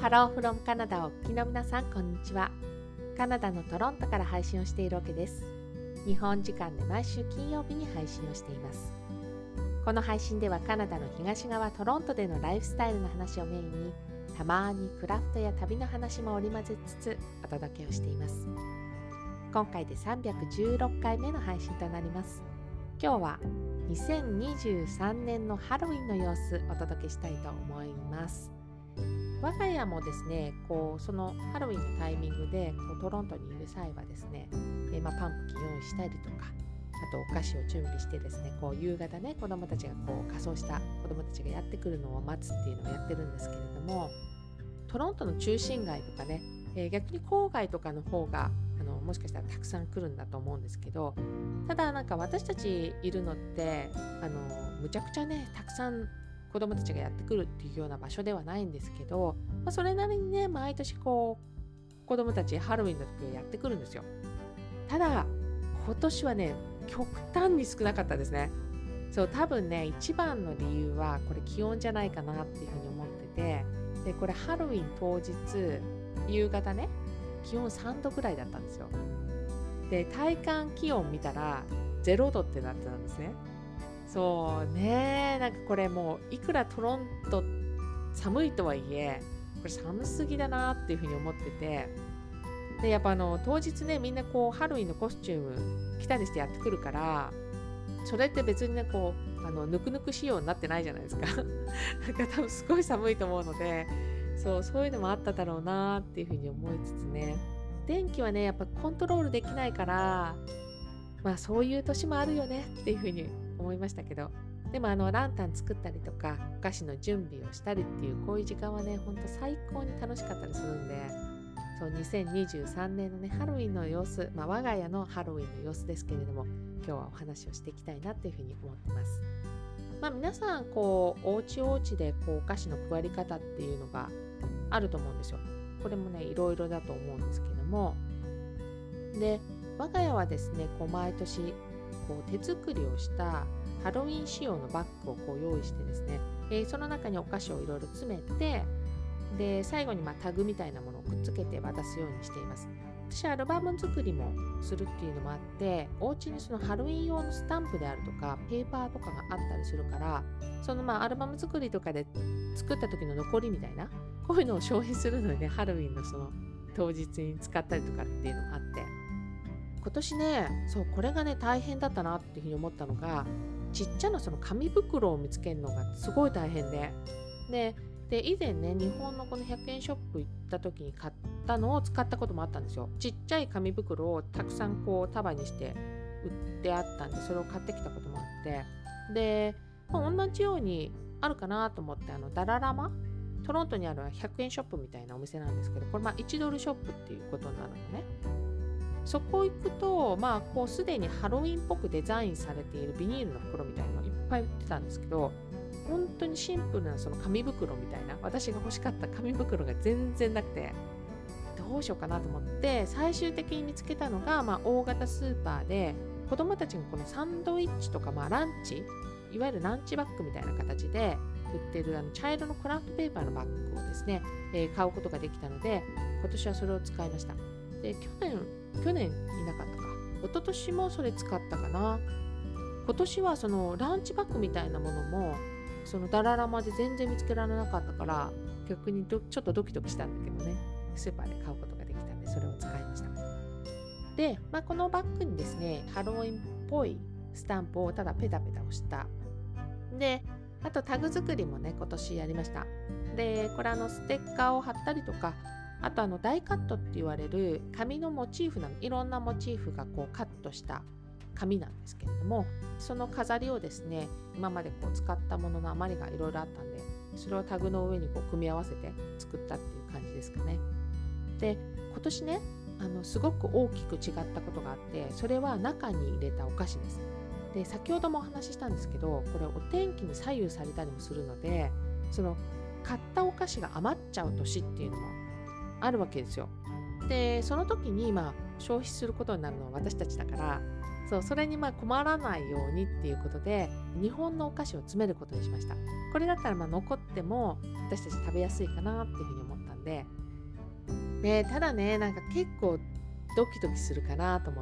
ハローフロムカナダをお聞きの皆さん、こんにちは。カナダのトロントから配信をしているわけです。日本時間で毎週金曜日に配信をしています。この配信ではカナダの東側トロントでのライフスタイルの話をメインに、たまにクラフトや旅の話も織り交ぜつつお届けをしています。今回で316回目の配信となります。今日は2023年のハロウィンの様子お届けしたいと思います。我が家もですね、そのハロウィンのタイミングでトロントにいる際はですね、パンプキン用意したりとか、あとお菓子を準備してですね、夕方ね、子供たちが仮装した子供たちがやってくるのを待つっていうのをやってるんですけれども、トロントの中心街とかね、逆に郊外とかの方がもしかしたらたくさん来るんだと思うんですけど、ただ私たちいるのってむちゃくちゃね、たくさん子供たちがやってくるっていうような場所ではないんですけど、それなりにね、毎年子供たちハロウィンの時はやってくるんですよ。ただ今年はね、極端に少なかったですね。多分ね、一番の理由はこれ気温じゃないかなっていうふうに思ってて、でこれハロウィン当日夕方ね、気温3度ぐらいだったんですよ。で体感気温見たら0度ってなってたんですね。そうね、これもういくらトロント寒いとはいえ、これ寒すぎだなっていうふうに思ってて、でやっぱ当日ね、みんなハロウィンのコスチューム着たりしてやってくるから、それって別にねぬくぬく仕様になってないじゃないですか多分すごい寒いと思うので、そういうのもあっただろうなっていうふうに思いつつね、電気はねやっぱコントロールできないから、そういう年もあるよねっていうふうに思いましたけど、でもランタン作ったりとかお菓子の準備をしたりっていうこういう時間はね、ほんと最高に楽しかったりするんで、2023年のねハロウィンの様子、我が家のハロウィンの様子ですけれども、今日はお話をしていきたいなというふうに思ってます。皆さんお家お家でお菓子の配り方っていうのがあると思うんですよ。これもねいろいろだと思うんですけども、で我が家はですね、毎年手作りをしたハロウィン仕様のバッグを用意してですね、その中にお菓子をいろいろ詰めて、で最後にタグみたいなものをくっつけて渡すようにしています。私アルバム作りもするっていうのもあって、お家にそのハロウィン用のスタンプであるとかペーパーとかがあったりするから、そのアルバム作りとかで作った時の残りみたいな、こういうのを消費するのにね、ハロウィンのその当日に使ったりとかっていうのがあって、今年ね、これがね大変だったなっていうふうに思ったのが、ちっちゃなその紙袋を見つけるのがすごい大変で以前ね、日本のこの100円ショップ行った時に買ったのを使ったこともあったんですよ。ちっちゃい紙袋をたくさん束にして売ってあったんで、それを買ってきたこともあって、で、同じようにあるかなと思って、ダララマ、トロントにある100円ショップみたいなお店なんですけど、これ1ドルショップっていうことになるのね。そこ行くとすでにハロウィンっぽくデザインされているビニールの袋みたいなのいっぱい売ってたんですけど、本当にシンプルなその紙袋みたいな、私が欲しかった紙袋が全然なくて、どうしようかなと思って、最終的に見つけたのが、大型スーパーで子供たちがこのサンドイッチとかランチ、いわゆるランチバッグみたいな形で売ってる茶色のクラフトペーパーのバッグをですね、買うことができたので、今年はそれを使いました。で去年いなかったか、一昨年もそれ使ったかな。今年はそのランチバッグみたいなものもそのダララマで全然見つけられなかったから、逆にちょっとドキドキしたんだけどね、スーパーで買うことができたんで、それを使いました。で、このバッグにですね、ハロウィンっぽいスタンプをただペタペタ押した。で、あとタグ作りもね、今年やりました。で、これステッカーを貼ったりとか、あとダイカットって言われる紙のモチーフいろんなモチーフがカットした紙なんですけれども、その飾りをですね、今まで使ったものの余りがいろいろあったんで、それをタグの上に組み合わせて作ったっていう感じですかね。で、今年ね、すごく大きく違ったことがあって、それは中に入れたお菓子です。で、先ほどもお話ししたんですけど、これお天気に左右されたりもするので、その買ったお菓子が余っちゃう年っていうのもあるわけですよ。で、その時に消費することになるのは私たちだから、それに困らないようにっていうことで、日本のお菓子を詰めることにしました。これだったら残っても私たち食べやすいかなっていうふうに思ったんで、ただねなんか結構ドキドキするかなと思って、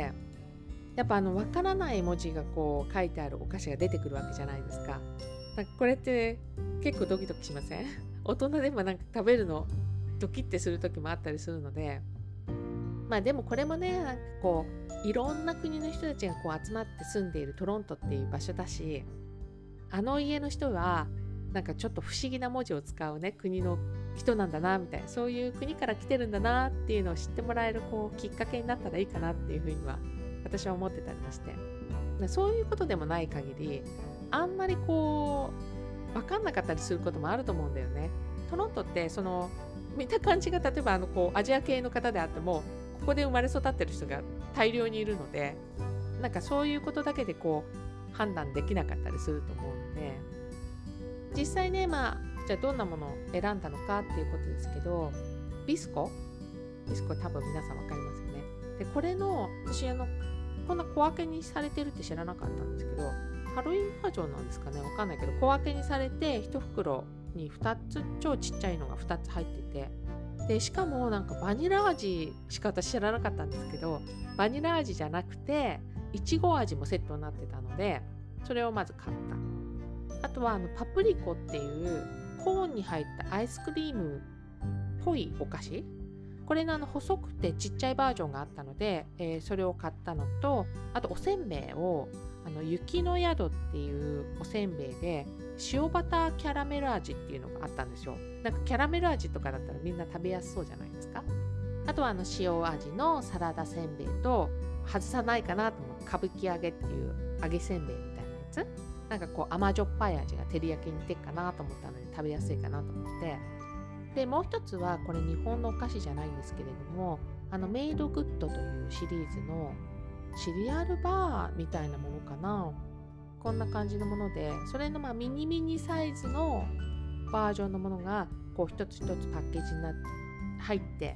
やっぱわからない文字がこう書いてあるお菓子が出てくるわけじゃないですか。なんかこれって結構ドキドキしません？大人でもなんか食べるのドキッてする時もあったりするので、でもこれもねなんかこういろんな国の人たちがこう集まって住んでいるトロントっていう場所だし、あの家の人はなんかちょっと不思議な文字を使うね国の人なんだなみたいな、そういう国から来てるんだなっていうのを知ってもらえるこうきっかけになったらいいかなっていうふうには私は思ってたりまして、そういうことでもない限りあんまりこう分かんなかったりすることもあると思うんだよね。トロントってその見た感じが例えばこうアジア系の方であってもここで生まれ育ってる人が大量にいるので、なんかそういうことだけでこう判断できなかったりすると思うので、実際ねじゃあどんなものを選んだのかっていうことですけど、ビスコ多分皆さん分かりますよね。でこれの私こんな小分けにされてるって知らなかったんですけど、ハロウィンバージョンなんですかね、分かんないけど小分けにされて1袋に2つ超ちっちゃいのが2つ入ってて、でしかもなんかバニラ味しか私知らなかったんですけど、バニラ味じゃなくていちご味もセットになってたのでそれをまず買った。あとはパプリコっていうコーンに入ったアイスクリームっぽいお菓子、これの細くてちっちゃいバージョンがあったので、それを買ったのと、あとおせんべいを雪の宿っていうおせんべいで塩バターキャラメル味っていうのがあったんですよ。なんかキャラメル味とかだったらみんな食べやすそうじゃないですか。あとは塩味のサラダせんべいと、外さないかなと思う歌舞伎揚げっていう揚げせんべいみたいなやつ、なんかこう甘じょっぱい味が照り焼きに似てるかなと思ったので食べやすいかなと思って、でもう一つはこれ日本のお菓子じゃないんですけれども、メイドグッドというシリーズのシリアルバーみたいなものかな、こんな感じのもので、それのミニミニサイズのバージョンのものがこう一つ一つパッケージに入って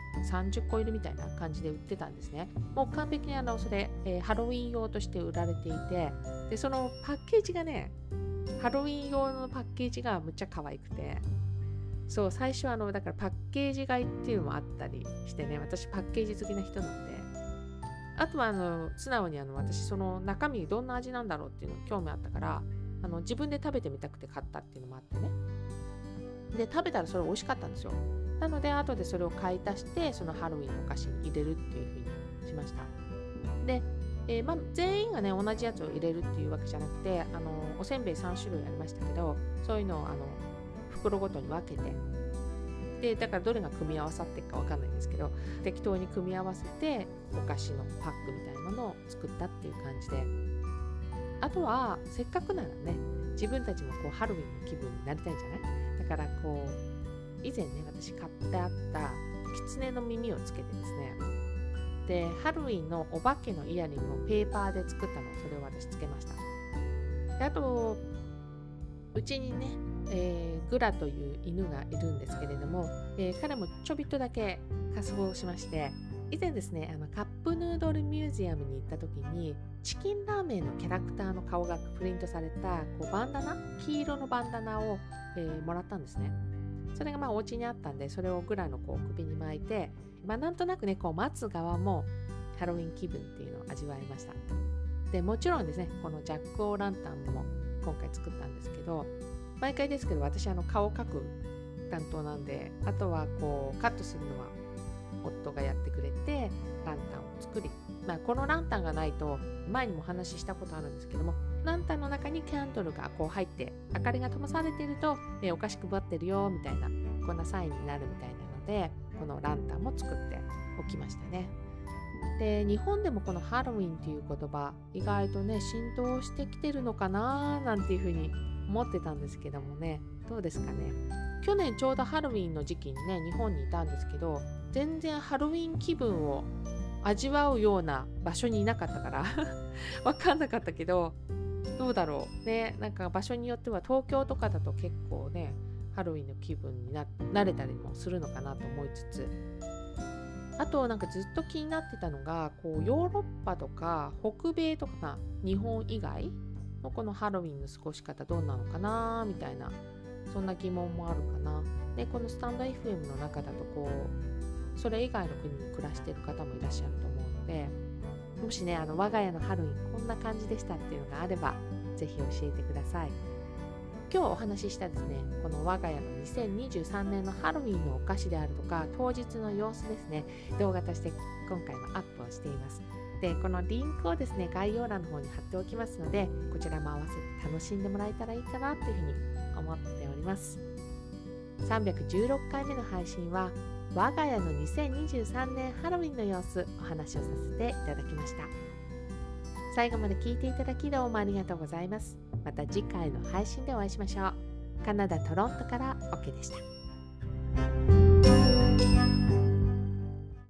30個入りみたいな感じで売ってたんですね。もう完璧にそれ、ハロウィン用として売られていて、でそのパッケージがね、ハロウィン用のパッケージがむっちゃ可愛くて、そう最初だからパッケージ買いっていうのもあったりしてね、私パッケージ好きな人なんで、あとは素直に私その中身どんな味なんだろうっていうの興味あったから、自分で食べてみたくて買ったっていうのもあってね。で食べたらそれ美味しかったんですよ。なので後でそれを買い足してそのハロウィンのお菓子に入れるっていう風にしました。で、全員がね同じやつを入れるっていうわけじゃなくて、おせんべい3種類ありましたけど、そういうのを袋ごとに分けて、でだからどれが組み合わさっていくか分かんないんですけど、適当に組み合わせてお菓子のパックみたいなものを作ったっていう感じで、あとはせっかくならね自分たちもこうハロウィンの気分になりたいじゃない。だからこう以前ね私買ってあった狐の耳をつけてですね、でハロウィンのお化けのイヤリングをペーパーで作ったのをそれを私つけました。であとうちにねグラという犬がいるんですけれども、彼もちょびっとだけ仮装しまして、以前ですねカップヌードルミュージアムに行った時にチキンラーメンのキャラクターの顔がプリントされたこうバンダナ、黄色のバンダナを、もらったんですね。それがお家にあったんで、それをグラのこう首に巻いて、なんとなくねこう待つ側もハロウィン気分っていうのを味わいました。でもちろんですねこのジャック・オー・ランタンも今回作ったんですけど、毎回ですけど私顔を描く担当なんで、あとはこうカットするのは夫がやってくれてランタンを作り、このランタンがないと前にもお話ししたことあるんですけども、ランタンの中にキャンドルがこう入って明かりが灯されていると、お菓子配ってるよみたいなこんなサインになるみたいなので、このランタンも作っておきましたね。で日本でもこのハロウィンっていう言葉意外とね浸透してきてるのかななんていうふうに思ってたんですけどもね、どうですかね。去年ちょうどハロウィンの時期にね日本にいたんですけど、全然ハロウィン気分を味わうような場所にいなかったから分かんなかったけど、どうだろうね。なんか場所によっては東京とかだと結構ねハロウィンの気分になれたりもするのかなと思いつつ、あとなんかずっと気になってたのがこうヨーロッパとか北米とか日本以外のこのハロウィンの過ごし方どうなのかなみたいなそんな疑問もあるかな。で、このスタンド FM の中だとそれ以外の国に暮らしている方もいらっしゃると思うので、もしね、我が家のハロウィンこんな感じでしたっていうのがあれば、ぜひ教えてください。今日お話ししたですね、この我が家の2023年のハロウィンのお菓子であるとか、当日の様子ですね、動画として今回もアップをしています。で、このリンクをですね、概要欄の方に貼っておきますので、こちらも合わせて楽しんでもらえたらいいかなというふうに思っております。316回目の配信は、我が家の2023年ハロウィンの様子お話をさせていただきました。最後まで聞いていただきどうもありがとうございます。また次回の配信でお会いしましょう。カナダ・トロントからオケでした。